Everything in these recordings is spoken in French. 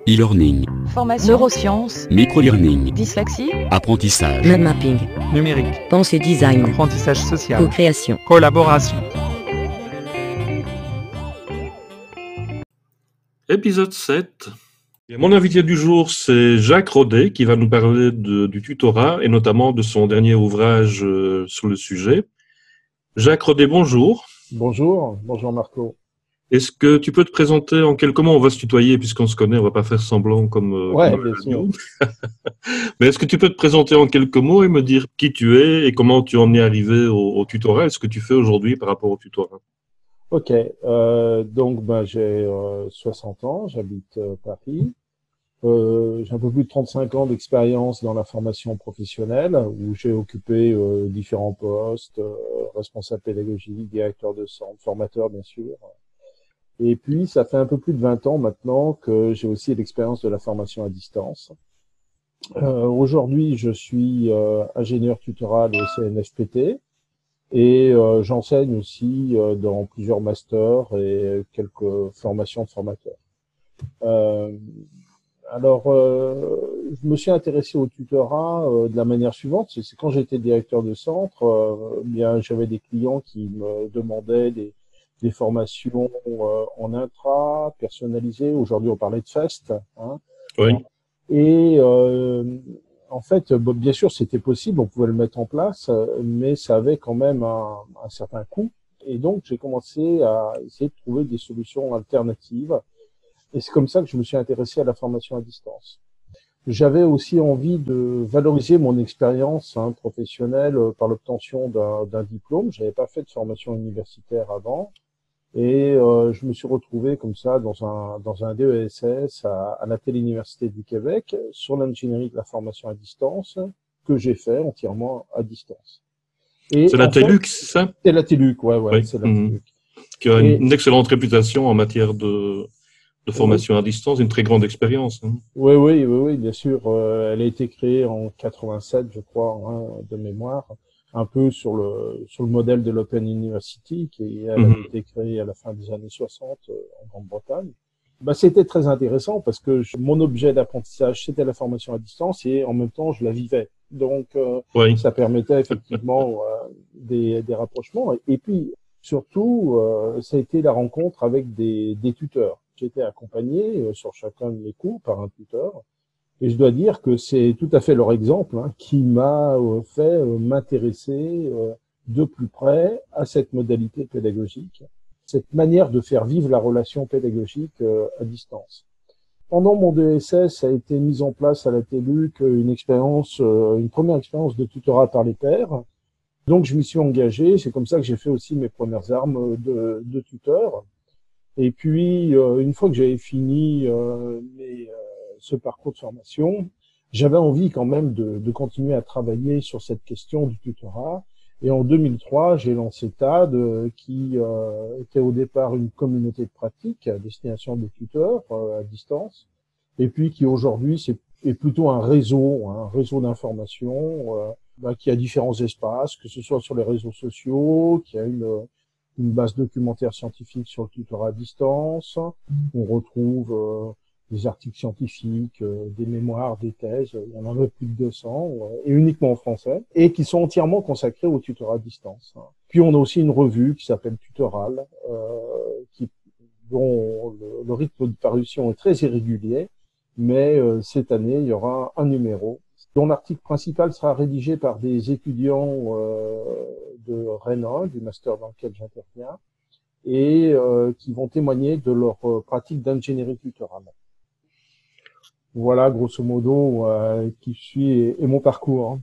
e-learning, Formation, neurosciences, micro-learning, dyslexie, apprentissage, Mind mapping, numérique, pensée design, apprentissage social, co-création. collaboration. Épisode 7. Et mon invité du jour, c'est Jacques Rodet, qui va nous parler du tutorat et notamment de son dernier ouvrage sur le sujet. Jacques Rodet, bonjour. Bonjour Marco. Est-ce que tu peux te présenter en quelques mots? On va se tutoyer puisqu'on se connaît, on va pas faire semblant comme à la Bien radio. sûr. Mais est-ce que tu peux te présenter en quelques mots et me dire qui tu es et comment tu en es arrivé au tutorat et ce que tu fais aujourd'hui par rapport au tutorat? Ok, j'ai 60 ans, j'habite Paris. J'ai un peu plus de 35 ans d'expérience dans la formation professionnelle où j'ai occupé différents postes, responsable pédagogique, directeur de centre, formateur bien sûr. Et puis, ça fait un peu plus de 20 ans maintenant que j'ai aussi l'expérience de la formation à distance. Aujourd'hui, je suis ingénieur tutorat au CNFPT et j'enseigne aussi dans plusieurs masters et quelques formations de formateurs. Je me suis intéressé au tutorat de la manière suivante. C'est quand j'étais directeur de centre, j'avais des clients qui me demandaient des formations en intra, personnalisées. Aujourd'hui, on parlait de FEST. Oui. Et en fait, bien sûr, c'était possible, on pouvait le mettre en place, mais ça avait quand même un certain coût. Et donc, j'ai commencé à essayer de trouver des solutions alternatives. Et c'est comme ça que je me suis intéressé à la formation à distance. J'avais aussi envie de valoriser mon expérience professionnelle par l'obtention d'un diplôme. Je n'avais pas fait de formation universitaire avant. Et je me suis retrouvé comme ça dans un DESS à la Téléuniversité du Québec sur l'ingénierie de la formation à distance que j'ai fait entièrement à distance. Et c'est la TELUC, c'est ça? C'est la TELUC, ouais, oui. C'est la TELUC. Qui a une excellente réputation en matière de formation à distance, une très grande expérience. Oui, bien sûr. Elle a été créée en 87, je crois, de mémoire, un peu sur le modèle de l'Open University, qui a été créée à la fin des années 60 en Grande-Bretagne. C'était très intéressant parce que mon objet d'apprentissage, c'était la formation à distance et en même temps, je la vivais. Donc, ça permettait effectivement des rapprochements. Et puis, surtout, ça a été la rencontre avec des tuteurs. J'étais accompagné sur chacun de mes cours par un tuteur. Et je dois dire que c'est tout à fait leur exemple qui m'a fait m'intéresser de plus près à cette modalité pédagogique, cette manière de faire vivre la relation pédagogique à distance. Pendant mon DSS, a été mise en place à la TELUC une première expérience de tutorat par les pairs. Donc je m'y suis engagé, c'est comme ça que j'ai fait aussi mes premières armes de tuteur. Et puis, une fois que j'avais fini ce parcours de formation, j'avais envie quand même de continuer à travailler sur cette question du tutorat. Et en 2003, j'ai lancé TAD, qui était au départ une communauté de pratique à destination des tuteurs à distance, et puis qui aujourd'hui est plutôt un réseau d'information qui a différents espaces, que ce soit sur les réseaux sociaux, qui a une base documentaire scientifique sur le tutorat à distance. On retrouve des articles scientifiques, des mémoires, des thèses. Il y en a un peu plus de 200, et uniquement en français, et qui sont entièrement consacrés au tutorat à distance. Puis on a aussi une revue qui s'appelle Tutoral, dont le rythme de parution est très irrégulier, mais cette année, il y aura un numéro dont l'article principal sera rédigé par des étudiants de Rennes 1, du master dans lequel j'interviens, et qui vont témoigner de leur pratique d'ingénierie tutorale. Voilà, grosso modo, qui je suis et mon parcours.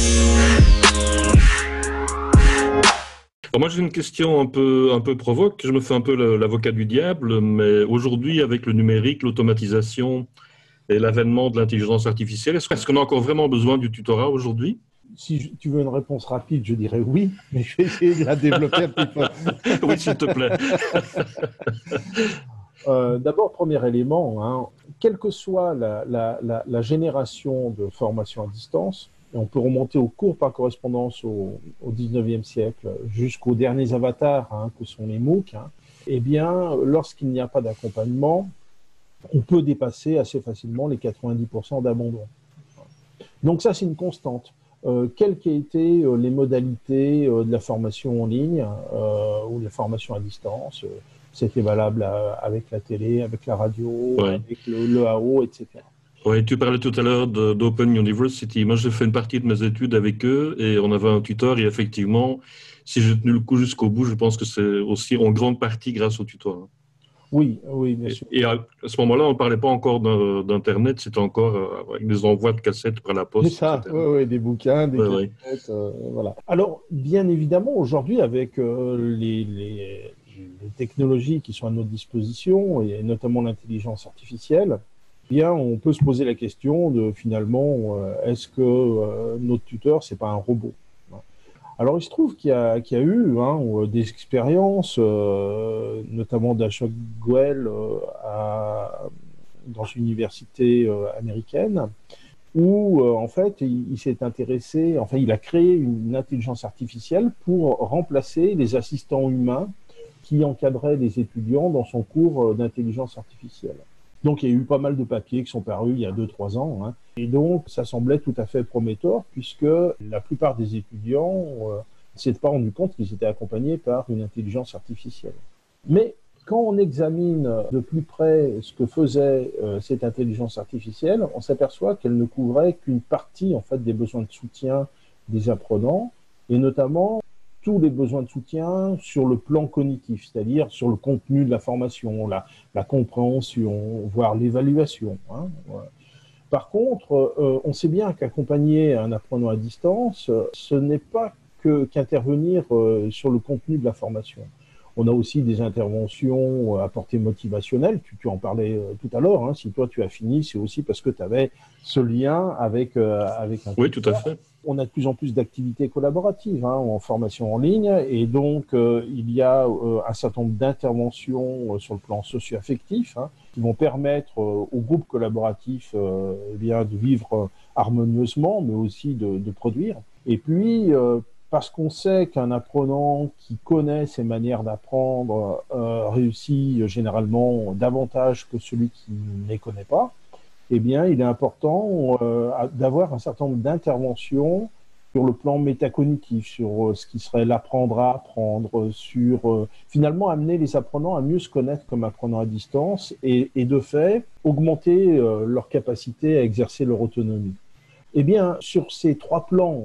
Alors moi, j'ai une question un peu provoque. Je me fais un peu l'avocat du diable, mais aujourd'hui, avec le numérique, l'automatisation et l'avènement de l'intelligence artificielle, est-ce qu'on a encore vraiment besoin du tutorat aujourd'hui? Si tu veux une réponse rapide, je dirais oui, mais je vais essayer de la développer un petit peu. Oui, s'il te plaît. D'abord, premier élément, quelle que soit la génération de formation à distance, et on peut remonter aux cours par correspondance au 19e siècle jusqu'aux derniers avatars que sont les MOOC, lorsqu'il n'y a pas d'accompagnement, on peut dépasser assez facilement les 90% d'abandon. Donc ça, c'est une constante. Quelles qu'aient été les modalités de la formation en ligne ou de la formation à distance, c'était valable avec la télé, avec la radio, avec le AO, etc. Oui, tu parlais tout à l'heure d'Open University. Moi, j'ai fait une partie de mes études avec eux et on avait un tuteur. Et effectivement, si j'ai tenu le coup jusqu'au bout, je pense que c'est aussi en grande partie grâce au tuteur. Oui, oui, bien sûr. Et à ce moment-là, on ne parlait pas encore d'Internet, c'était encore avec des envois de cassettes par la poste, C'est ça, etc. oui, des bouquins, des Ouais, cassettes, voilà. Alors, bien évidemment, aujourd'hui, avec les technologies qui sont à notre disposition, et notamment l'intelligence artificielle, eh bien, on peut se poser la question de, finalement, est-ce que notre tuteur, c'est pas un robot? Alors, il se trouve qu'il y a eu des expériences, notamment d'Ashok Goel dans une université américaine, où en fait il s'est intéressé, enfin il a créé une intelligence artificielle pour remplacer les assistants humains qui encadraient les étudiants dans son cours d'intelligence artificielle. Donc il y a eu pas mal de papiers qui sont parus il y a 2-3 ans, et donc ça semblait tout à fait prometteur puisque la plupart des étudiants ne s'étaient pas rendu compte qu'ils étaient accompagnés par une intelligence artificielle. Mais quand on examine de plus près ce que faisait cette intelligence artificielle, on s'aperçoit qu'elle ne couvrait qu'une partie en fait des besoins de soutien des apprenants, et notamment tous les besoins de soutien sur le plan cognitif, c'est-à-dire sur le contenu de la formation, la compréhension, voire l'évaluation. Par contre, on sait bien qu'accompagner un apprenant à distance, ce n'est pas qu'intervenir sur le contenu de la formation. On a aussi des interventions à portée motivationnelle. Tu en parlais tout à l'heure. Si toi tu as fini, c'est aussi parce que tu avais ce lien avec un oui, tout à fait. On a de plus en plus d'activités collaboratives en formation en ligne, et donc il y a un certain nombre d'interventions sur le plan socio-affectif qui vont permettre au groupe collaboratif de vivre harmonieusement, mais aussi de produire. Et puis parce qu'on sait qu'un apprenant qui connaît ses manières d'apprendre réussit généralement davantage que celui qui ne les connaît pas, eh bien, il est important d'avoir un certain nombre d'interventions sur le plan métacognitif, sur ce qui serait l'apprendre à apprendre, sur finalement amener les apprenants à mieux se connaître comme apprenants à distance et de fait augmenter leur capacité à exercer leur autonomie. Eh bien, sur ces 3 plans,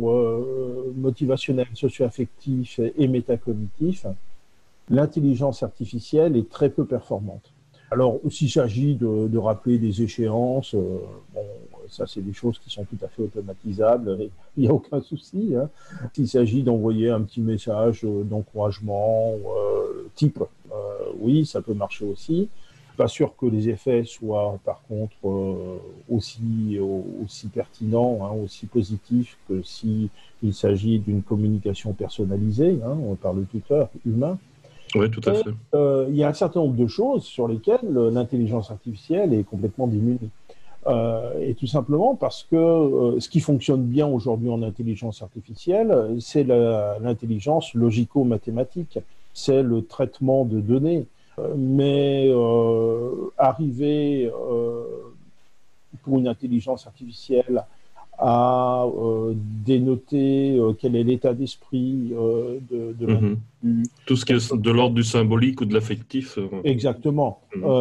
motivationnel, socio-affectif et métacognitif, l'intelligence artificielle est très peu performante. Alors, s'il s'agit de rappeler des échéances, ça c'est des choses qui sont tout à fait automatisables, il n'y a aucun souci. S'il s'agit d'envoyer un petit message d'encouragement, oui, ça peut marcher aussi. Pas sûr que les effets soient par contre aussi pertinents, aussi positifs que s'il s'agit d'une communication personnalisée par le tuteur humain. Oui, tout à fait. Il y a un certain nombre de choses sur lesquelles l'intelligence artificielle est complètement démunie. Et tout simplement parce que ce qui fonctionne bien aujourd'hui en intelligence artificielle, c'est l'intelligence logico-mathématique, c'est le traitement de données. Mais arriver pour une intelligence artificielle à dénoter quel est l'état d'esprit de l'individu. Tout ce qui est de l'ordre du symbolique ou de l'affectif. Exactement.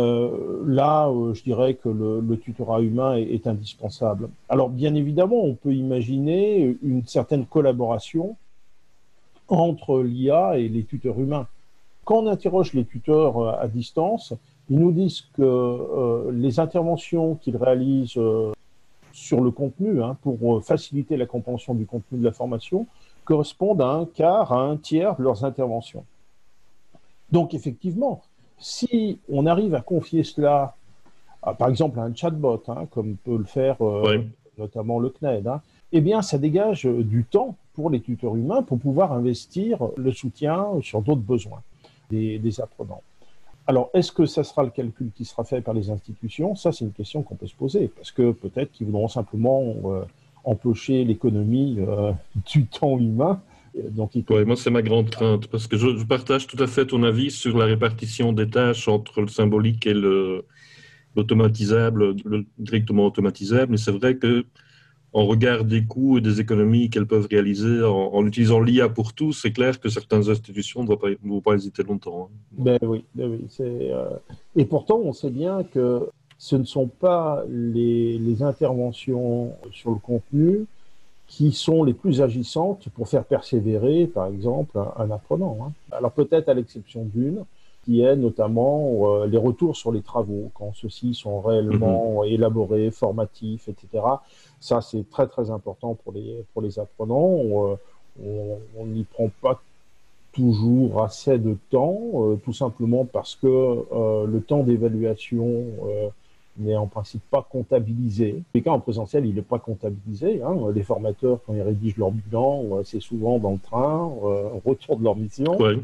Là, je dirais que le tutorat humain est indispensable. Alors, bien évidemment, on peut imaginer une certaine collaboration entre l'IA et les tuteurs humains. Quand on interroge les tuteurs à distance, ils nous disent que les interventions qu'ils réalisent sur le contenu, pour faciliter la compréhension du contenu de la formation, correspondent à un quart, à un tiers de leurs interventions. Donc, effectivement, si on arrive à confier cela, par exemple, à un chatbot, comme peut le faire notamment le CNED, eh bien, ça dégage du temps pour les tuteurs humains pour pouvoir investir le soutien sur d'autres besoins des apprenants. Alors, est-ce que ça sera le calcul qui sera fait par les institutions? Ça, c'est une question qu'on peut se poser, parce que peut-être qu'ils voudront simplement empocher l'économie du temps humain. Donc, moi, c'est ma grande crainte, parce que je partage tout à fait ton avis sur la répartition des tâches entre le symbolique et l'automatisable, le directement automatisable. Mais c'est vrai que en regard des coûts et des économies qu'elles peuvent réaliser en utilisant l'IA pour tout, c'est clair que certaines institutions ne vont pas hésiter longtemps. Hein. Ben oui, et pourtant, on sait bien que ce ne sont pas les interventions sur le contenu qui sont les plus agissantes pour faire persévérer, par exemple, un apprenant. Hein. Alors peut-être à l'exception d'une, qui est notamment les retours sur les travaux, quand ceux-ci sont réellement élaborés, formatifs, etc. Ça, c'est très très important pour les apprenants. On n'y prend pas toujours assez de temps, tout simplement parce que le temps d'évaluation n'est en principe pas comptabilisé. Les cas en présentiel, il n'est pas comptabilisé. Hein. Les formateurs, quand ils rédigent leur bilan, c'est souvent dans le train, au retour de leur mission. Ouais.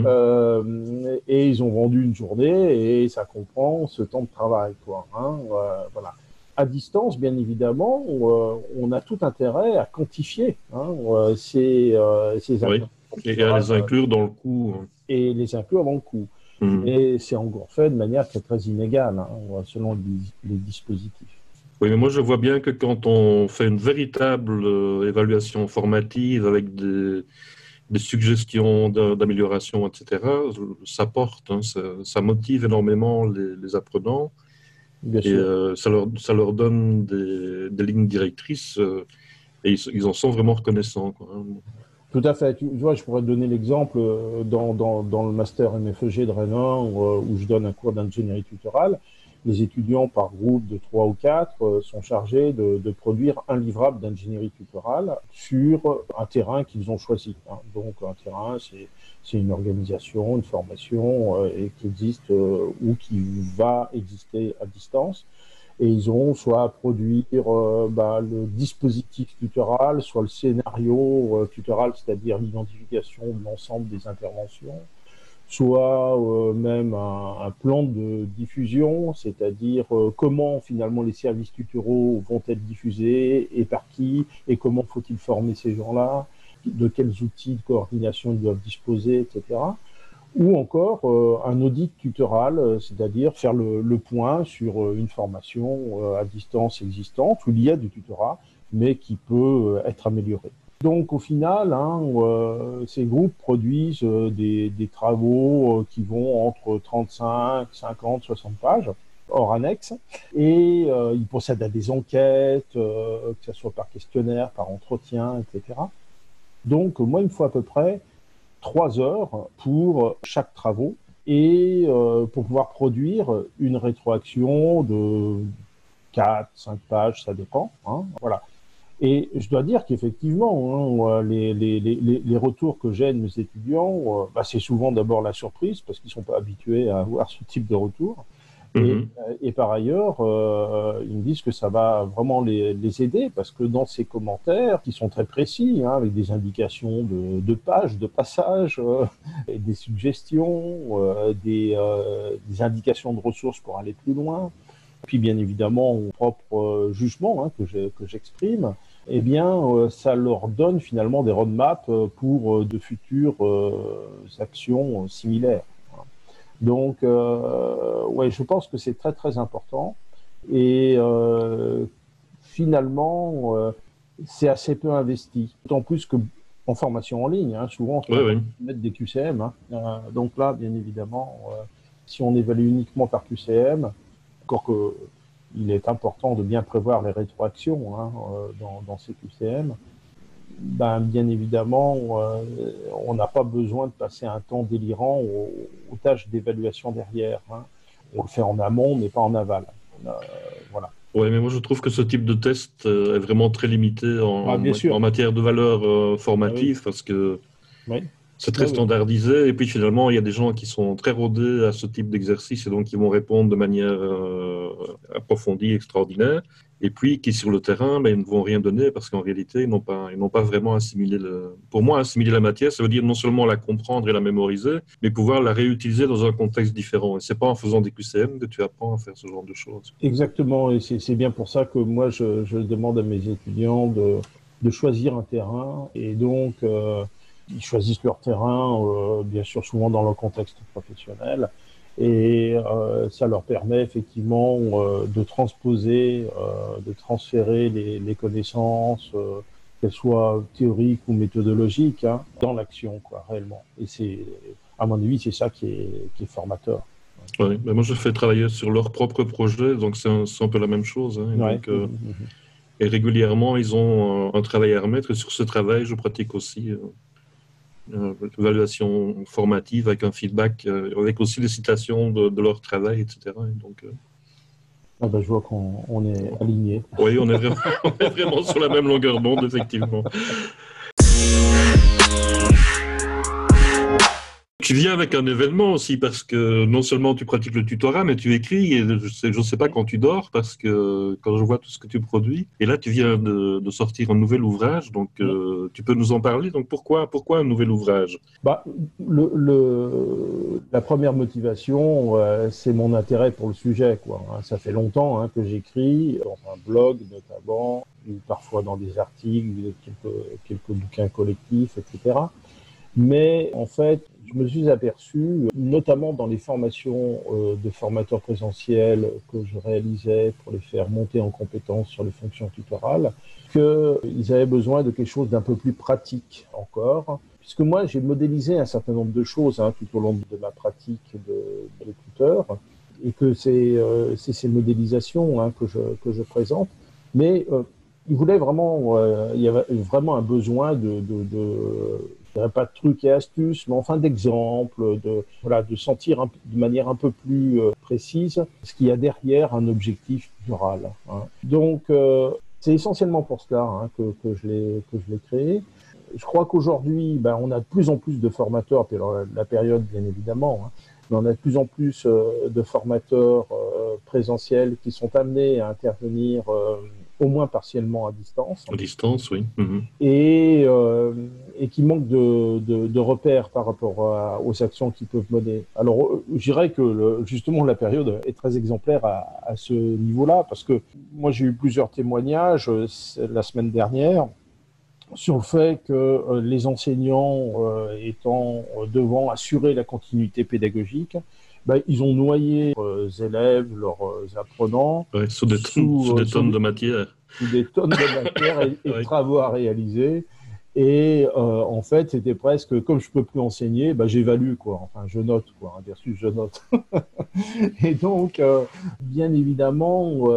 Et ils ont vendu une journée et ça comprend ce temps de travail, quoi. Hein. Voilà. À distance, bien évidemment, on a tout intérêt à quantifier ces Oui. Et à les inclure dans le coût. et les inclure dans le coût. Et c'est encore fait de manière très, très inégale, hein, selon les dispositifs. Oui, mais moi je vois bien que quand on fait une véritable évaluation formative avec des suggestions d'amélioration, etc., ça porte, hein, ça motive énormément les apprenants Bien et sûr. ça leur donne des lignes directrices et ils en sont vraiment reconnaissants, quoi, hein. Tout à fait. Tu vois, je pourrais te donner l'exemple dans le master MFEG de Rennes 1 où je donne un cours d'ingénierie tutorale. Les étudiants par groupe de 3 ou 4 sont chargés de produire un livrable d'ingénierie tutorale sur un terrain qu'ils ont choisi. Hein. Donc un terrain, c'est une organisation, une formation et qui existe ou qui va exister à distance. Et ils ont soit à produire le dispositif tutoral, soit le scénario tutoral, c'est-à-dire l'identification de l'ensemble des interventions, soit même un plan de diffusion, c'est-à-dire comment finalement les services tutoraux vont être diffusés et par qui, et comment faut-il former ces gens-là, de quels outils de coordination ils doivent disposer, etc. Ou encore un audit tutoral, c'est-à-dire faire le point sur une formation à distance existante où il y a du tutorat, mais qui peut être amélioré. Donc au final, ces groupes produisent des travaux qui vont entre 35, 50, 60 pages hors annexe, et ils procèdent à des enquêtes, que ce soit par questionnaire, par entretien, etc. Donc moi, il me faut à peu près 3 heures pour chaque travaux et pour pouvoir produire une rétroaction de 4, 5 pages, ça dépend. Hein, voilà. Et je dois dire qu'effectivement, hein, les retours que j'ai de mes étudiants, c'est souvent d'abord la surprise parce qu'ils ne sont pas habitués à avoir ce type de retour. Et par ailleurs, ils me disent que ça va vraiment les aider parce que dans ces commentaires, qui sont très précis, hein, avec des indications de pages, de passages, et des suggestions, des indications de ressources pour aller plus loin, puis bien évidemment mon propre jugement hein, que j'exprime, eh bien, ça leur donne finalement des roadmaps pour de futures actions similaires. Donc, ouais, je pense que c'est très très important. Et finalement, c'est assez peu investi. D'autant plus que en formation en ligne, hein, souvent on va mettre des QCM. Hein. Donc là, bien évidemment, si on évalue uniquement par QCM, encore que il est important de bien prévoir les rétroactions hein, dans ces QCM, bien évidemment, on n'a pas besoin de passer un temps délirant aux tâches d'évaluation derrière. Hein. On le fait en amont, mais pas en aval. Voilà. Oui, mais moi je trouve que ce type de test est vraiment très limité en matière de valeur formative parce que c'est très standardisé et puis finalement il y a des gens qui sont très rodés à ce type d'exercice et donc qui vont répondre de manière approfondie, extraordinaire et puis qui sur le terrain ils ne vont rien donner parce qu'en réalité ils n'ont pas vraiment assimilé pour moi assimiler la matière ça veut dire non seulement la comprendre et la mémoriser mais pouvoir la réutiliser dans un contexte différent et c'est pas en faisant des QCM que tu apprends à faire ce genre de choses. Exactement et c'est bien pour ça que moi je demande à mes étudiants de choisir un terrain et donc ils choisissent leur terrain, bien sûr, souvent dans leur contexte professionnel. Et ça leur permet effectivement de transposer, de transférer les connaissances, qu'elles soient théoriques ou méthodologiques, hein, dans l'action, quoi, réellement. Et c'est, à mon avis, c'est ça qui est formateur. Oui, ben moi je fais travailler sur leur propre projet, donc c'est un peu la même chose, hein. Ouais. Donc, et régulièrement, ils ont un travail à remettre, et sur ce travail, je pratique aussi l'évaluation formative avec un feedback, avec aussi des citations de leur travail, etc. Et donc, Ah ben, je vois qu'on est alignés. oui, on est vraiment sur la même longueur d'onde, effectivement. Tu viens avec un événement aussi, parce que non seulement tu pratiques le tutorat, mais tu écris, et je sais pas quand tu dors, parce que quand je vois tout ce que tu produis, et là tu viens de sortir un nouvel ouvrage, donc tu peux nous en parler. Donc pourquoi un nouvel ouvrage? Bah, la première motivation, c'est mon intérêt pour le sujet, quoi, hein. Ça fait longtemps, hein, que j'écris, dans un blog notamment, ou parfois dans des articles, quelques bouquins collectifs, etc. Mais en fait, je me suis aperçu, notamment dans les formations de formateurs présentiels que je réalisais pour les faire monter en compétences sur les fonctions tutorales, qu'ils avaient besoin de quelque chose d'un peu plus pratique encore. Puisque moi, j'ai modélisé un certain nombre de choses, hein, tout au long de ma pratique de tuteur, et que c'est ces modélisations, hein, que je présente. Mais il voulait vraiment, il y avait vraiment un besoin je dirais pas de trucs et astuces, mais enfin d'exemples, de sentir de manière un peu plus précise ce qu'il y a derrière un objectif tutoral, hein. Donc, c'est essentiellement pour cela, hein, que je l'ai créé. Je crois qu'aujourd'hui, on a de plus en plus de formateurs, puis alors la période, bien évidemment, hein, mais on a de plus en plus de formateurs présentiels qui sont amenés à intervenir au moins partiellement à distance. À distance, oui. Et qui manquent de repères par rapport aux actions qu'ils peuvent mener. Alors, je dirais que justement la période est très exemplaire à ce niveau-là, parce que moi j'ai eu plusieurs témoignages la semaine dernière sur le fait que les enseignants étant devant assurer la continuité pédagogique, ils ont noyé leurs élèves, leurs apprenants, Ouais, sous des tonnes de matière. Sous des tonnes de matière et de travaux à réaliser. Et en fait, c'était presque, comme je peux plus enseigner, j'évalue, quoi. Enfin, je note, quoi. Versus je note. Et donc, bien évidemment,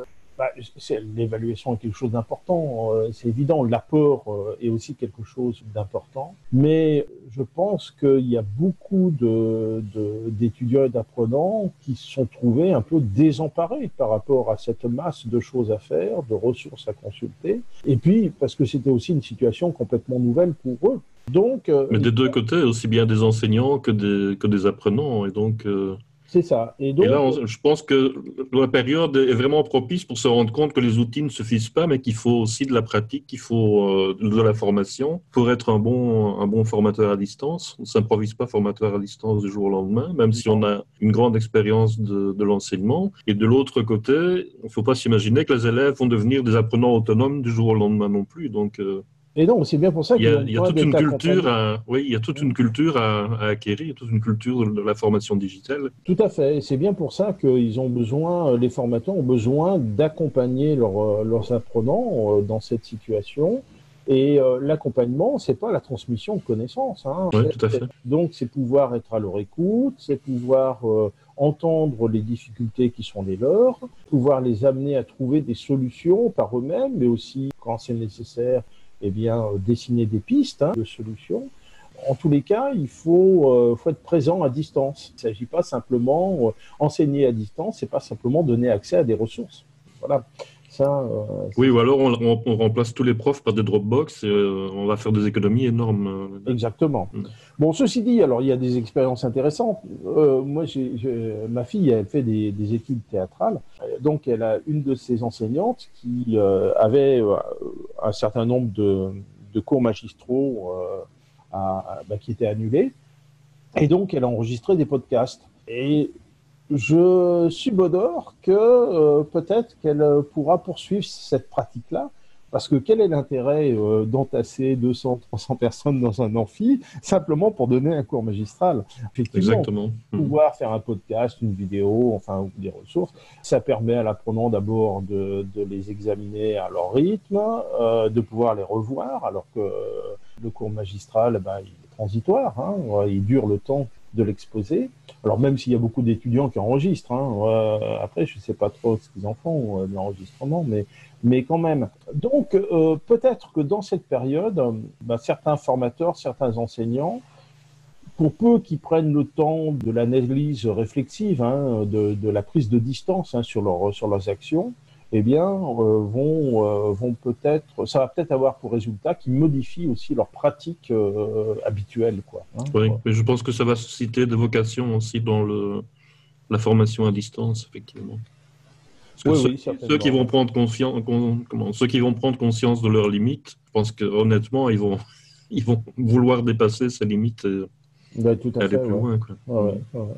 l'évaluation est quelque chose d'important, c'est évident. L'apport est aussi quelque chose d'important. Mais je pense qu'il y a beaucoup d'étudiants et d'apprenants qui se sont trouvés un peu désemparés par rapport à cette masse de choses à faire, de ressources à consulter. Et puis, parce que c'était aussi une situation complètement nouvelle pour eux. Donc, mais des deux côtés, aussi bien des enseignants que des apprenants. Et donc, c'est ça. Et là, je pense que la période est vraiment propice pour se rendre compte que les outils ne suffisent pas, mais qu'il faut aussi de la pratique, qu'il faut de la formation pour être un bon formateur à distance. On ne s'improvise pas formateur à distance du jour au lendemain, même si on a une grande expérience de l'enseignement. Et de l'autre côté, il ne faut pas s'imaginer que les élèves vont devenir des apprenants autonomes du jour au lendemain non plus. Donc, et non, c'est bien pour ça qu'il y a toute une culture il y a toute une culture à acquérir, toute une culture de la formation digitale. Tout à fait. Et c'est bien pour ça qu'ils ont besoin, les formateurs ont besoin d'accompagner leurs apprenants dans cette situation. Et l'accompagnement, c'est pas la transmission de connaissances, hein. Oui, tout à fait. Donc, c'est pouvoir être à leur écoute, c'est pouvoir entendre les difficultés qui sont les leurs, pouvoir les amener à trouver des solutions par eux-mêmes, mais aussi, quand c'est nécessaire, dessiner des pistes, hein, de solutions. En tous les cas, il faut être présent à distance. Il ne s'agit pas simplement enseigner à distance, c'est pas simplement donner accès à des ressources. Voilà. Ça, oui, ou alors on remplace tous les profs par des Dropbox et on va faire des économies énormes. Exactement. Bon, ceci dit, alors il y a des expériences intéressantes. Moi, ma fille, elle fait des études théâtrales. Donc, elle a une de ses enseignantes qui avait un certain nombre de cours magistraux qui étaient annulés. Et donc, elle a enregistré des podcasts. Et je subodore que peut-être qu'elle pourra poursuivre cette pratique-là, Parce que quel est l'intérêt d'entasser 200, 300 personnes dans un amphi simplement pour donner un cours magistral? Effectivement, Exactement. pouvoir faire un podcast, une vidéo, enfin, ou des ressources, ça permet à l'apprenant d'abord de les examiner à leur rythme, de pouvoir les revoir, alors que le cours magistral, ben, il est transitoire, hein, il dure le temps de l'exposer. Alors même s'il y a beaucoup d'étudiants qui enregistrent, hein, après je ne sais pas trop ce qu'ils en font de l'enregistrement, mais quand même. Donc peut-être que dans cette période, ben, certains formateurs, certains enseignants, pour peu qu'ils prennent le temps de l'analyse réflexive, hein, de la prise de distance hein, sur leurs actions, eh bien, vont peut-être, ça va peut-être avoir pour résultat qu'ils modifient aussi leurs pratiques habituelles, quoi. Hein. Oui, mais je pense que ça va susciter des vocations aussi dans la formation à distance, effectivement. Parce que Oui, ceux qui certainement. vont prendre ceux qui vont prendre conscience de leurs limites, je pense que honnêtement, ils vont vouloir dépasser ces limites Ben, tout et à aller fait, plus ouais. loin, quoi. Ouais.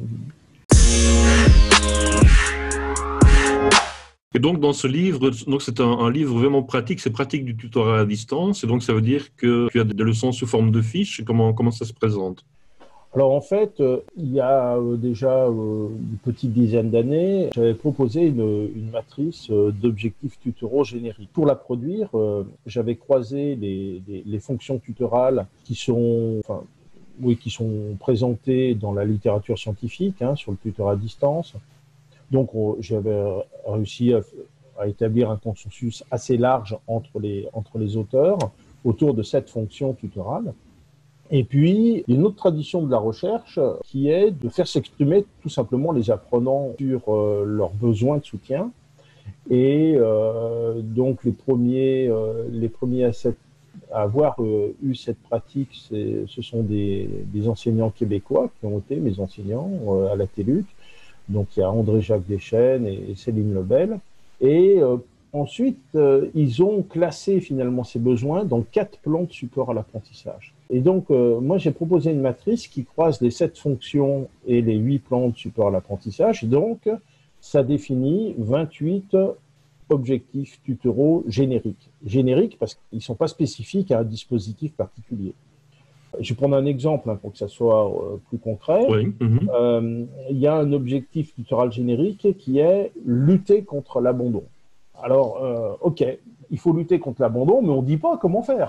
Et donc, dans ce livre, donc c'est un livre vraiment pratique, c'est pratique du tutorat à distance, et donc ça veut dire que tu as des leçons sous forme de fiches, et comment ça se présente? Alors en fait, il y a déjà une petite dizaine d'années, j'avais proposé une matrice d'objectifs tutoraux génériques. Pour la produire, j'avais croisé les fonctions tutorales qui sont, enfin, oui, qui sont présentées dans la littérature scientifique hein, sur le tutorat à distance. Donc j'avais réussi à établir un consensus assez large entre les auteurs autour de cette fonction tutorale. Et puis, il y a une autre tradition de la recherche qui est de faire s'exprimer tout simplement les apprenants sur leurs besoins de soutien. Et donc, les premiers à avoir eu cette pratique, ce sont des enseignants québécois qui ont été mes enseignants à la TELUC. Donc, il y a André-Jacques Deschênes et Céline Lebel. Et ensuite, ils ont classé finalement ces besoins dans 4 plans de support à l'apprentissage. Et donc, moi, j'ai proposé une matrice qui croise les 7 fonctions et les 8 plans de support à l'apprentissage. Et donc, ça définit 28 objectifs tutoraux génériques. Génériques parce qu'ils ne sont pas spécifiques à un dispositif particulier. Je vais prendre un exemple hein, pour que ça soit plus concret. Oui. Il y a un objectif tutoral générique qui est lutter contre l'abandon. Alors, ok, il faut lutter contre l'abandon, mais on ne dit pas comment faire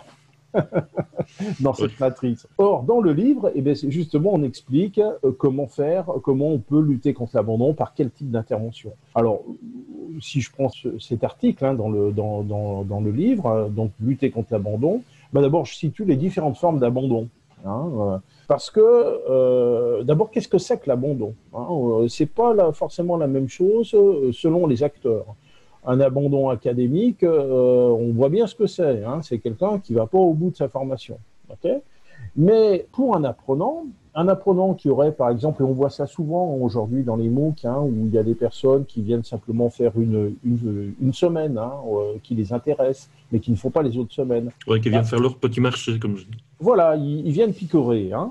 dans cette matrice. Or, dans le livre, eh bien, justement, on explique comment faire, comment on peut lutter contre l'abandon, par quel type d'intervention. Alors, si je prends cet article hein, dans le livre, donc lutter contre l'abandon, ben, d'abord, je situe les différentes formes d'abandon. Hein, parce que, d'abord, qu'est-ce que c'est que l'abandon hein, c'est pas forcément la même chose selon les acteurs. Un abandon académique, on voit bien ce que c'est. Hein, c'est quelqu'un qui ne va pas au bout de sa formation. Okay. Mais pour un apprenant qui aurait, par exemple, et on voit ça souvent aujourd'hui dans les MOOC, hein, où il y a des personnes qui viennent simplement faire une semaine, hein, qui les intéresse, mais qui ne font pas les autres semaines. Oui, qui viennent faire leur petit marché, comme je dis. Voilà, ils viennent picorer. Hein,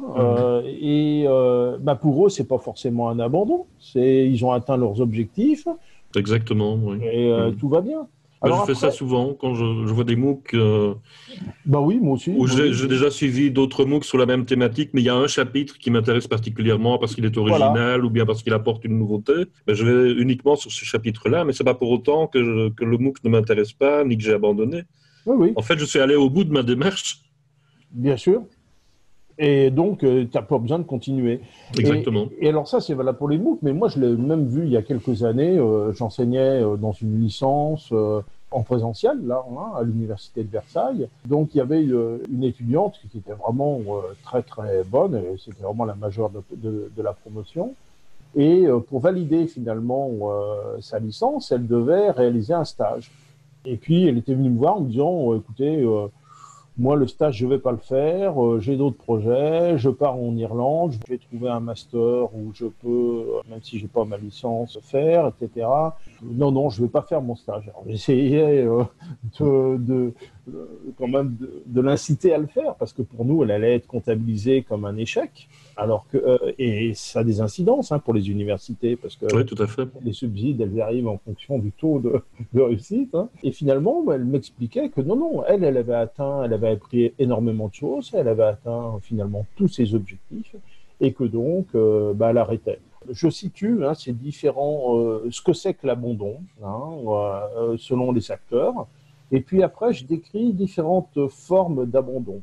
bah pour eux, c'est pas forcément un abandon. Ils ont atteint leurs objectifs. Exactement, oui. Et tout va bien. Alors, je fais ça souvent quand je vois des MOOC. Bah oui, moi aussi. Où j'ai déjà suivi d'autres MOOC sur la même thématique, mais il y a un chapitre qui m'intéresse particulièrement parce qu'il est original ou bien parce qu'il apporte une nouveauté. Ben, je vais uniquement sur ce chapitre-là, mais ce n'est pas pour autant que le MOOC ne m'intéresse pas ni que j'ai abandonné. Oui. En fait, je suis allé au bout de ma démarche. Bien sûr. Et donc, tu n'as pas besoin de continuer. Exactement. Et alors ça, c'est valable pour les MOOC, mais moi, je l'ai même vu il y a quelques années. J'enseignais dans une licence en présentiel, là, hein, à l'université de Versailles. Donc, il y avait une étudiante qui était vraiment très, très bonne. C'était vraiment la majeure de la promotion. Et pour valider finalement sa licence, elle devait réaliser un stage. Et puis, elle était venue me voir en me disant, écoutez, moi, le stage, je vais pas le faire, j'ai d'autres projets, je pars en Irlande, je vais trouver un master où je peux, même si j'ai pas ma licence, faire, etc. Non, non, je vais pas faire mon stage. Alors, j'essayais de, quand même de l'inciter à le faire, parce que pour nous, elle allait être comptabilisée comme un échec, alors que, et ça a des incidences pour les universités, parce que Oui, tout à fait. les subsides, elles arrivent en fonction du taux de réussite. Et finalement, elle m'expliquait que non, non, elle avait appris énormément de choses, elle avait atteint finalement tous ses objectifs, et que donc, elle arrêtait. Je situe ces différents, ce que c'est que l'abandon, selon les acteurs. Et puis après, je décris différentes formes d'abandon.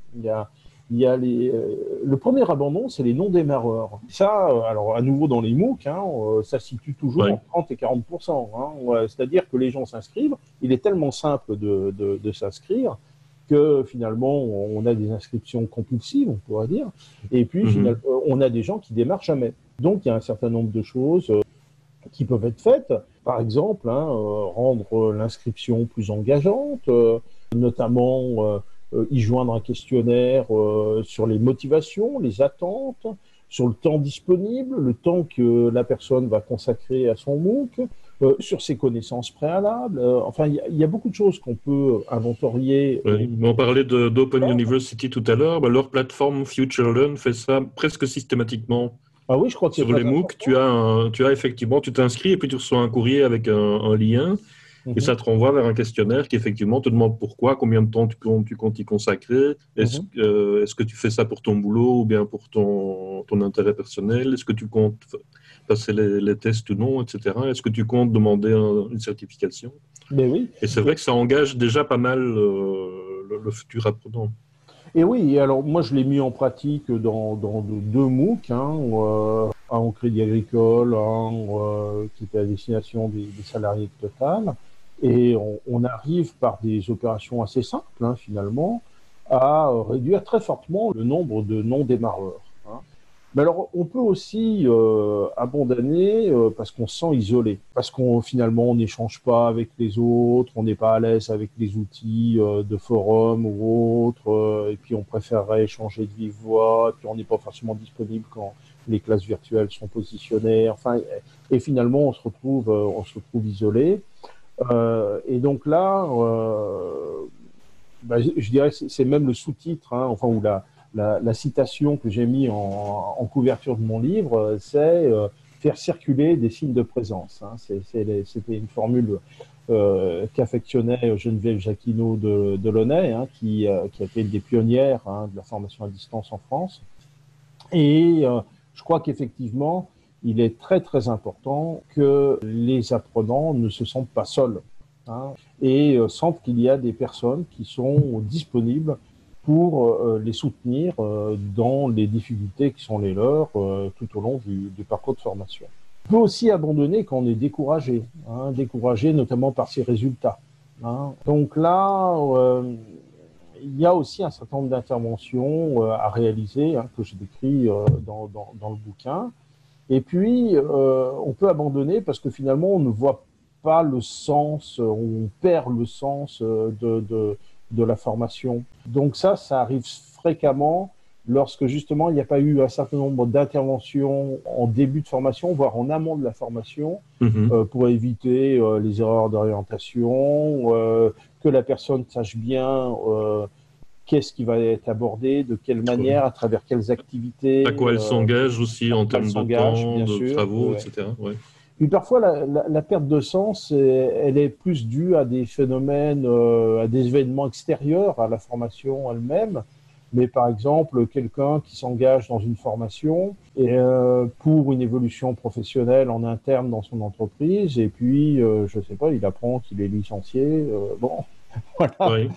Le premier abandon, c'est les non-démarreurs. Ça, alors à nouveau dans les MOOC, ça se situe toujours Oui. en 30 et 40%. C'est-à-dire que les gens s'inscrivent. Il est tellement simple de s'inscrire que finalement, on a des inscriptions compulsives, on pourrait dire. Et puis, finalement, on a des gens qui démarrent jamais. Donc, il y a un certain nombre de choses qui peuvent être faites. Par exemple, rendre l'inscription plus engageante, notamment y joindre un questionnaire sur les motivations, les attentes, sur le temps disponible, le temps que la personne va consacrer à son MOOC, sur ses connaissances préalables. Enfin, il y a beaucoup de choses qu'on peut inventorier. Oui. On parlait d'Open University tout à l'heure. Leur plateforme FutureLearn fait ça presque systématiquement. Ah oui, je crois que c'est Sur les très MOOC, important. tu as effectivement, tu t'inscris et puis tu reçois un courrier avec un lien et ça te renvoie vers un questionnaire qui effectivement te demande pourquoi, combien de temps tu comptes y consacrer, est-ce que tu fais ça pour ton boulot ou bien pour ton intérêt personnel, est-ce que tu comptes passer les tests ou non, etc. Est-ce que tu comptes demander une certification? Mais oui. Et c'est vrai que ça engage déjà pas mal le futur apprenant. Et oui, alors moi je l'ai mis en pratique dans deux MOOC, un au Crédit Agricole, un qui était à destination des salariés de Total. Et on arrive par des opérations assez simples, finalement, à réduire très fortement le nombre de non-démarreurs. Mais alors, on peut aussi abandonner parce qu'on se sent isolé, parce qu'on finalement on n'échange pas avec les autres, on n'est pas à l'aise avec les outils de forum ou autres, et puis on préférerait échanger de vive voix, et puis on n'est pas forcément disponible quand les classes virtuelles sont positionnées. Enfin, et finalement on se retrouve isolé. Et donc là, je dirais que c'est même le sous-titre, enfin ou la citation que j'ai mis en couverture de mon livre, c'est faire circuler des signes de présence. C'était une formule qu'affectionnait Geneviève Jacquinot de Delaunay, qui a été une des pionnières de la formation à distance en France. Et je crois qu'effectivement, il est très très important que les apprenants ne se sentent pas seuls et sentent qu'il y a des personnes qui sont disponibles pour les soutenir dans les difficultés qui sont les leurs tout au long du parcours de formation. On peut aussi abandonner quand on est découragé, découragé notamment par ses résultats. Donc là, il y a aussi un certain nombre d'interventions à réaliser que je décris dans le bouquin. Et puis, on peut abandonner parce que finalement, on ne voit pas le sens, on perd le sens de la formation. Donc ça arrive fréquemment lorsque justement il n'y a pas eu un certain nombre d'interventions en début de formation, voire en amont de la formation, pour éviter les erreurs d'orientation, que la personne sache bien qu'est-ce qui va être abordé, de quelle manière, à travers quelles activités. À quoi elle s'engage aussi en termes de temps, bien de sûr, travaux, etc. Ouais. Puis parfois, la perte de sens, elle est plus due à des phénomènes, à des événements extérieurs à la formation elle-même. Mais par exemple, quelqu'un qui s'engage dans une formation et, pour une évolution professionnelle en interne dans son entreprise, et puis, je ne sais pas, il apprend qu'il est licencié. Bon, voilà. Oui.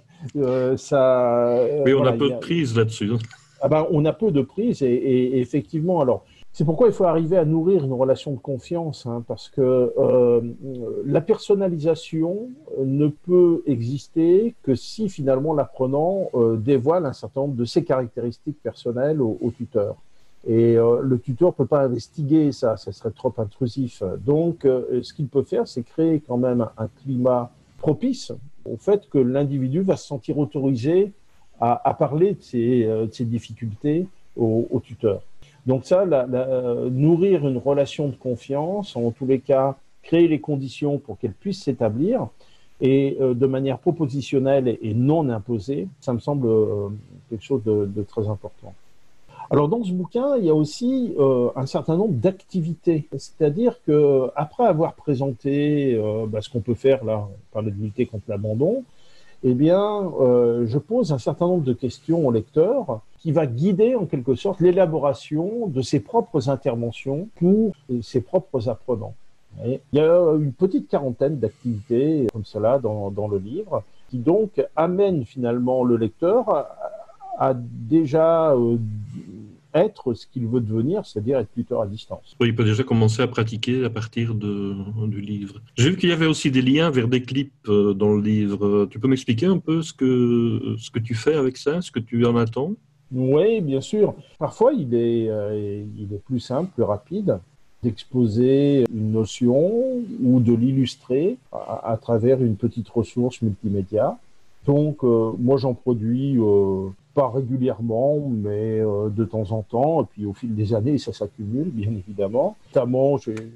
Oui, on Voilà, a peu de prise là-dessus. On a peu de prise et effectivement, alors, c'est pourquoi il faut arriver à nourrir une relation de confiance, parce que la personnalisation ne peut exister que si finalement l'apprenant dévoile un certain nombre de ses caractéristiques personnelles au tuteur. Et le tuteur ne peut pas investiguer ça serait trop intrusif. Donc, ce qu'il peut faire, c'est créer quand même un climat propice au fait que l'individu va se sentir autorisé à parler de ses difficultés au tuteur. Donc ça, nourrir une relation de confiance, en tous les cas, créer les conditions pour qu'elle puisse s'établir, et de manière propositionnelle et non imposée, ça me semble quelque chose de très important. Alors dans ce bouquin, il y a aussi un certain nombre d'activités, c'est-à-dire que après avoir présenté ce qu'on peut faire là, parler de lutter contre l'abandon, eh bien, je pose un certain nombre de questions au lecteur qui va guider en quelque sorte l'élaboration de ses propres interventions pour ses propres apprenants. Et il y a une petite quarantaine d'activités comme cela dans le livre qui donc amènent finalement le lecteur à déjà être ce qu'il veut devenir, c'est-à-dire être tuteur à distance. Oui, il peut déjà commencer à pratiquer à partir du livre. J'ai vu qu'il y avait aussi des liens vers des clips dans le livre. Tu peux m'expliquer un peu ce que tu fais avec ça, ce que tu en attends? Oui, bien sûr. Parfois, il est plus simple, plus rapide d'exposer une notion ou de l'illustrer à travers une petite ressource multimédia. Donc, moi, j'en produis pas régulièrement, mais de temps en temps. Et puis, au fil des années, ça s'accumule, bien évidemment. Notamment,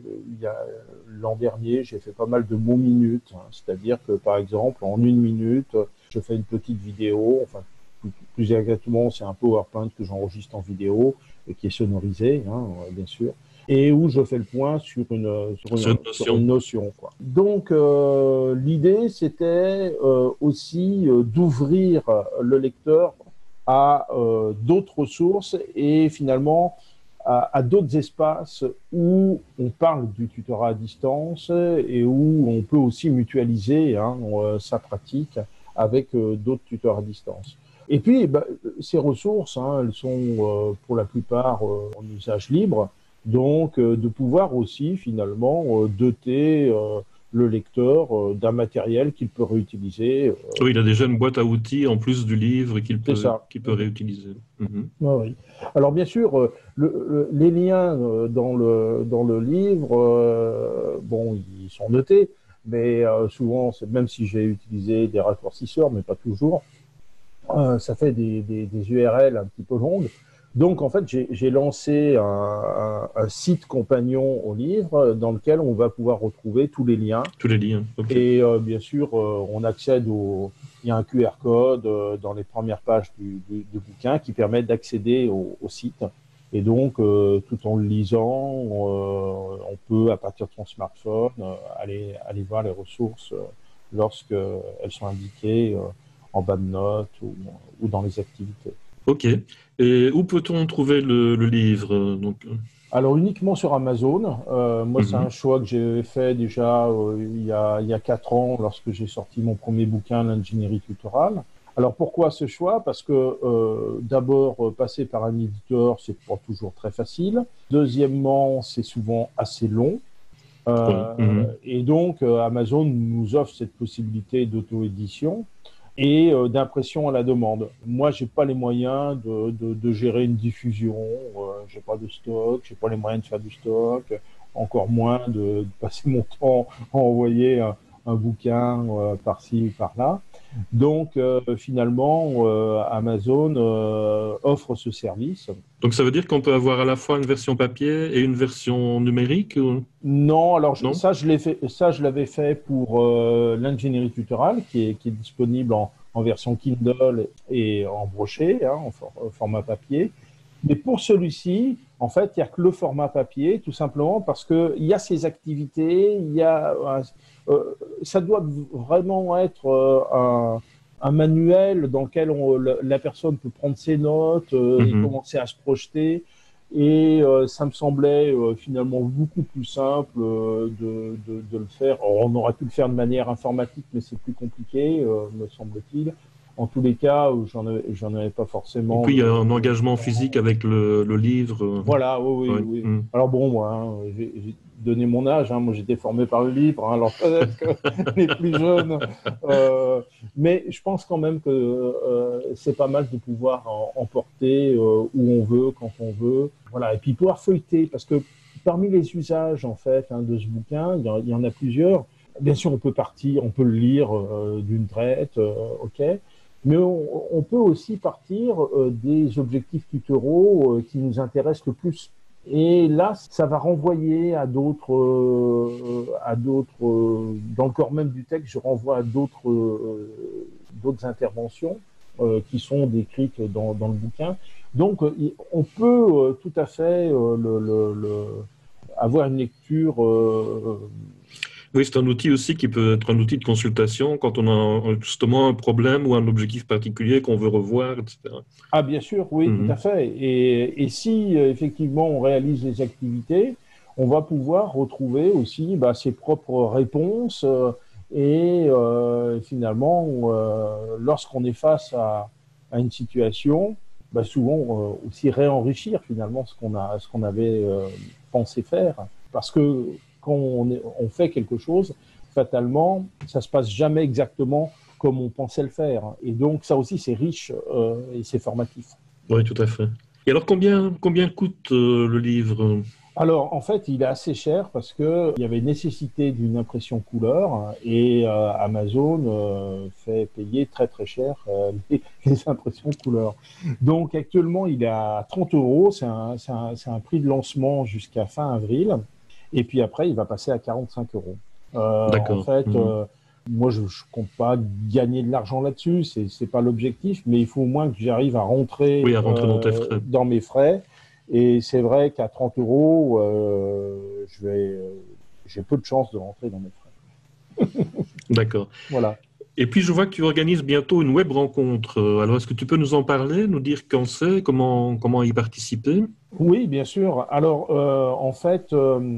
l'an dernier, j'ai fait pas mal de mots minutes. C'est-à-dire que, par exemple, en 1 minute, je fais une petite vidéo. Enfin, plus exactement, c'est un PowerPoint que j'enregistre en vidéo et qui est sonorisé, bien sûr, et où je fais le point sur une notion, quoi. Donc, l'idée, c'était aussi d'ouvrir le lecteur à d'autres sources et finalement à d'autres espaces où on parle du tutorat à distance et où on peut aussi mutualiser sa pratique avec d'autres tuteurs à distance. Et puis, ces ressources, elles sont pour la plupart en usage libre, donc de pouvoir aussi finalement doter le lecteur d'un matériel qu'il peut réutiliser. Oui, il a déjà une boîte à outils en plus du livre qu'il peut réutiliser. Oui. Alors bien sûr, les liens dans le livre, bon, ils sont notés, mais souvent, même si j'ai utilisé des raccourcisseurs, mais pas toujours, ça fait des URL un petit peu longues. Donc, en fait, j'ai lancé un site compagnon au livre dans lequel on va pouvoir retrouver tous les liens. Tous les liens, okay. Et bien sûr, on accède il y a un QR code dans les premières pages du bouquin qui permet d'accéder au site. Et donc, tout en le lisant, on peut, à partir de son smartphone, aller voir les ressources lorsqu'elles sont indiquées en bas de notes ou dans les activités. Ok. Et où peut-on trouver le livre Alors, uniquement sur Amazon. Moi, c'est un choix que j'ai fait déjà il y a 4 ans lorsque j'ai sorti mon premier bouquin, L'ingénierie tutorale. Alors, pourquoi ce choix? Parce que d'abord, passer par un éditeur, c'est pas toujours très facile. Deuxièmement, c'est souvent assez long. Et donc, Amazon nous offre cette possibilité d'auto-édition et d'impression à la demande. Moi, j'ai pas les moyens de gérer une diffusion, j'ai pas de stock, j'ai pas les moyens de faire du stock, encore moins de passer mon temps à envoyer un bouquin par-ci ou par-là. Donc, finalement, Amazon offre ce service. Donc, ça veut dire qu'on peut avoir à la fois une version papier et une version numérique Non, alors non. Ça, je l'avais fait pour l'ingénierie tutorale, qui est disponible en version Kindle et en brochet, en format papier. Mais pour celui-ci, en fait, il n'y a que le format papier, tout simplement parce qu'il y a ces activités, ça doit vraiment être un manuel dans lequel la personne peut prendre ses notes et commencer à se projeter. Et ça me semblait finalement beaucoup plus simple de le faire. Alors, on aurait pu le faire de manière informatique, mais c'est plus compliqué, me semble-t-il. En tous les cas, j'en avais pas forcément. Et puis, il y a un engagement physique avec le livre. Voilà, oui. Alors bon, moi, j'ai donné mon âge. Moi, j'étais formé par le livre. Alors peut-être que les plus jeunes. Mais je pense quand même que c'est pas mal de pouvoir emporter où on veut, quand on veut. Voilà. Et puis pouvoir feuilleter, parce que parmi les usages en fait de ce bouquin, il y en a plusieurs. Bien sûr, on peut le lire d'une traite, ok. Mais on peut aussi partir des objectifs tutoraux qui nous intéressent le plus. Et là, ça va renvoyer à d'autres, dans le corps même du texte, je renvoie à d'autres interventions qui sont décrites dans le bouquin. Donc, on peut tout à fait avoir une lecture. Oui, c'est un outil aussi qui peut être un outil de consultation quand on a justement un problème ou un objectif particulier qu'on veut revoir, etc. Ah, bien sûr, oui, tout à fait. Et si effectivement on réalise les activités, on va pouvoir retrouver aussi ses propres réponses et finalement, lorsqu'on est face à une situation, souvent aussi réenrichir finalement ce qu'on avait pensé faire. Parce que quand on fait quelque chose, fatalement, ça se passe jamais exactement comme on pensait le faire. Et donc, ça aussi, c'est riche et c'est formatif. Oui, tout à fait. Et alors, combien coûte le livre? Alors, en fait, il est assez cher parce qu'il y avait nécessité d'une impression couleur et Amazon fait payer très très cher les impressions couleur. Donc, actuellement, il est à 30 euros. C'est un prix de lancement jusqu'à fin avril. Et puis après, il va passer à 45 euros. En D'accord. fait, moi, je compte pas gagner de l'argent là-dessus. C'est pas l'objectif, mais il faut au moins que j'arrive à rentrer Oui, à rentrer dans tes frais. dans mes frais. Et c'est vrai qu'à 30 euros, j'ai peu de chances de rentrer dans mes frais. D'accord. Voilà. Et puis, je vois que tu organises bientôt une web rencontre. Alors, est-ce que tu peux nous en parler, nous dire quand c'est, comment y participer? Oui, bien sûr. Alors, en fait,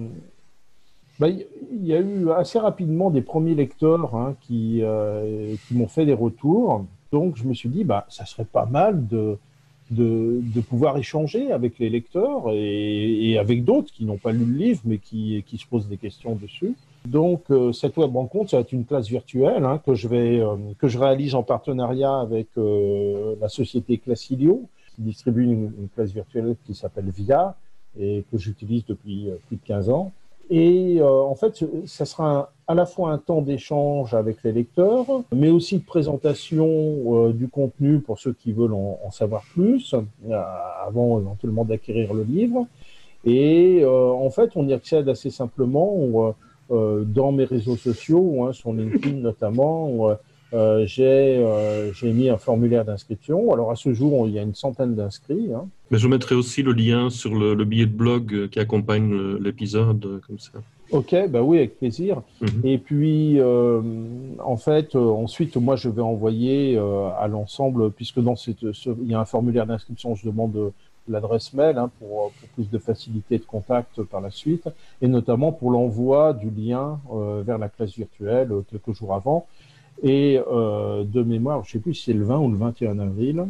il y a eu assez rapidement des premiers lecteurs qui m'ont fait des retours. Donc, je me suis dit, ça serait pas mal de pouvoir échanger avec les lecteurs et avec d'autres qui n'ont pas lu le livre, mais qui se posent des questions dessus. Donc, cette web rencontre, ça va être une classe virtuelle que je réalise en partenariat avec la société Classilio, qui distribue une classe virtuelle qui s'appelle VIA et que j'utilise depuis plus de 15 ans. Et en fait, ça sera à la fois un temps d'échange avec les lecteurs, mais aussi de présentation du contenu pour ceux qui veulent en savoir plus, avant éventuellement d'acquérir le livre. Et en fait, on y accède assez simplement dans mes réseaux sociaux, sur LinkedIn notamment. J'ai mis un formulaire d'inscription. Alors à ce jour, il y a une centaine d'inscrits. Mais je mettrai aussi le lien sur le billet de blog qui accompagne l'épisode, comme ça. Ok, oui, avec plaisir. Et puis, en fait, ensuite, moi, je vais envoyer à l'ensemble, puisque il y a un formulaire d'inscription, je demande l'adresse mail pour plus de facilité de contact par la suite, et notamment pour l'envoi du lien vers la classe virtuelle quelques jours avant. Et de mémoire, je ne sais plus si c'est le 20 ou le 21 avril.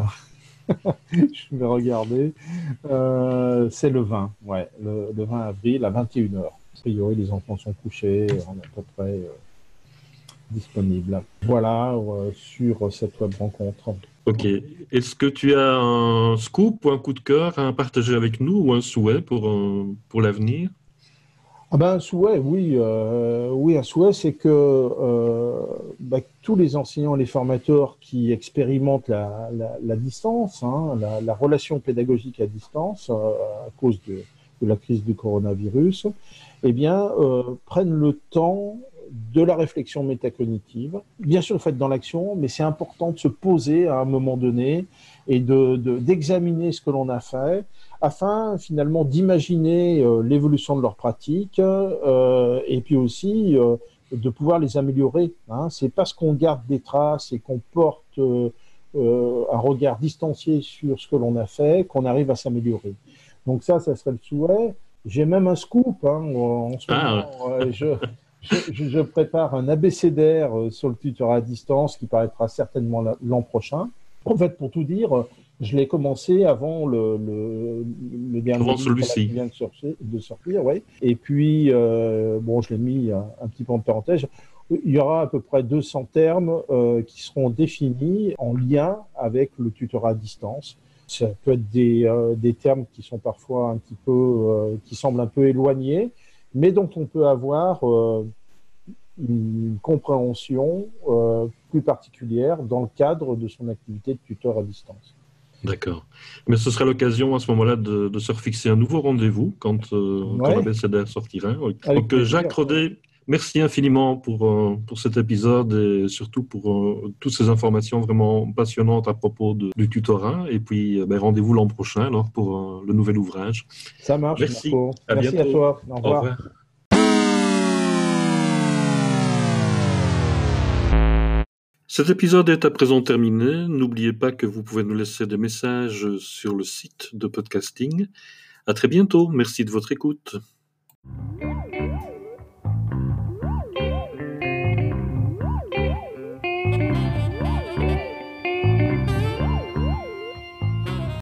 Je vais regarder. C'est le 20, ouais, le 20 avril à 21 heures. A priori, les enfants sont couchés, on est à peu près disponible. Voilà sur cette web rencontre. Ok. Est-ce que tu as un scoop ou un coup de cœur à partager avec nous ou un souhait pour l'avenir? Un souhait, oui. Oui, un souhait, c'est que tous les enseignants et les formateurs qui expérimentent la distance, la relation pédagogique à distance à cause de la crise du coronavirus, prennent le temps de la réflexion métacognitive. Bien sûr, le fait dans l'action, mais c'est important de se poser à un moment donné et d'examiner ce que l'on a fait afin finalement d'imaginer l'évolution de leurs pratiques et puis aussi de pouvoir les améliorer. C'est parce qu'on garde des traces et qu'on porte un regard distancié sur ce que l'on a fait qu'on arrive à s'améliorer. Donc ça serait le souhait. J'ai même un scoop en ce moment. Je prépare un abécédaire sur le tutorat à distance qui paraîtra certainement l'an prochain. En fait, pour tout dire, je l'ai commencé avant le dernier livre qui vient de sortir, ouais. Et puis, je l'ai mis un petit peu en parenthèse. Il y aura à peu près 200 termes qui seront définis en lien avec le tutorat à distance. Ça peut être des termes qui sont parfois un petit peu, qui semblent un peu éloignés, mais dont on peut avoir une compréhension plus particulière dans le cadre de son activité de tuteur à distance. D'accord. Mais ce sera l'occasion à ce moment-là de se refixer un nouveau rendez-vous quand l'abécédaire sortira. Donc, Jacques Rodet, merci infiniment pour cet épisode et surtout pour toutes ces informations vraiment passionnantes à propos du tutorat. Et puis, rendez-vous l'an prochain alors pour le nouvel ouvrage. Ça marche, merci. Marco. Merci à toi. Au revoir. Au revoir. Cet épisode est à présent terminé. N'oubliez pas que vous pouvez nous laisser des messages sur le site de podcasting. À très bientôt. Merci de votre écoute.